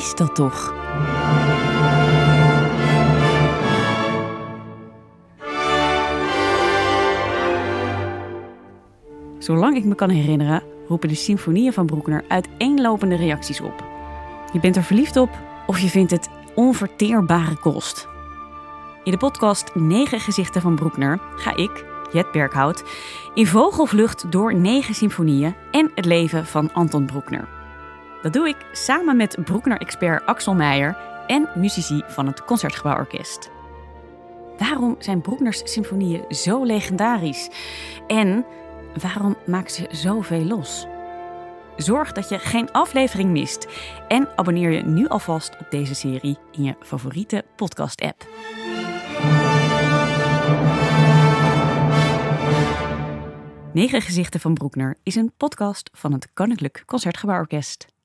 is dat toch? Zolang ik me kan herinneren, roepen de symfonieën van Bruckner uiteenlopende reacties op. Je bent er verliefd op of je vindt het onverteerbare kost. In de podcast 9 gezichten van Bruckner ga ik, Jet Berghout, in vogelvlucht door 9 symfonieën en het leven van Anton Bruckner. Dat doe ik samen met Bruckner-expert Axel Meijer en muzici van het Concertgebouworkest. Waarom zijn Bruckners symfonieën zo legendarisch? En waarom maken ze zoveel los? Zorg dat je geen aflevering mist en abonneer je nu alvast op deze serie in je favoriete podcast-app. Negen gezichten van Bruckner is een podcast van het Koninklijk Concertgebouworkest.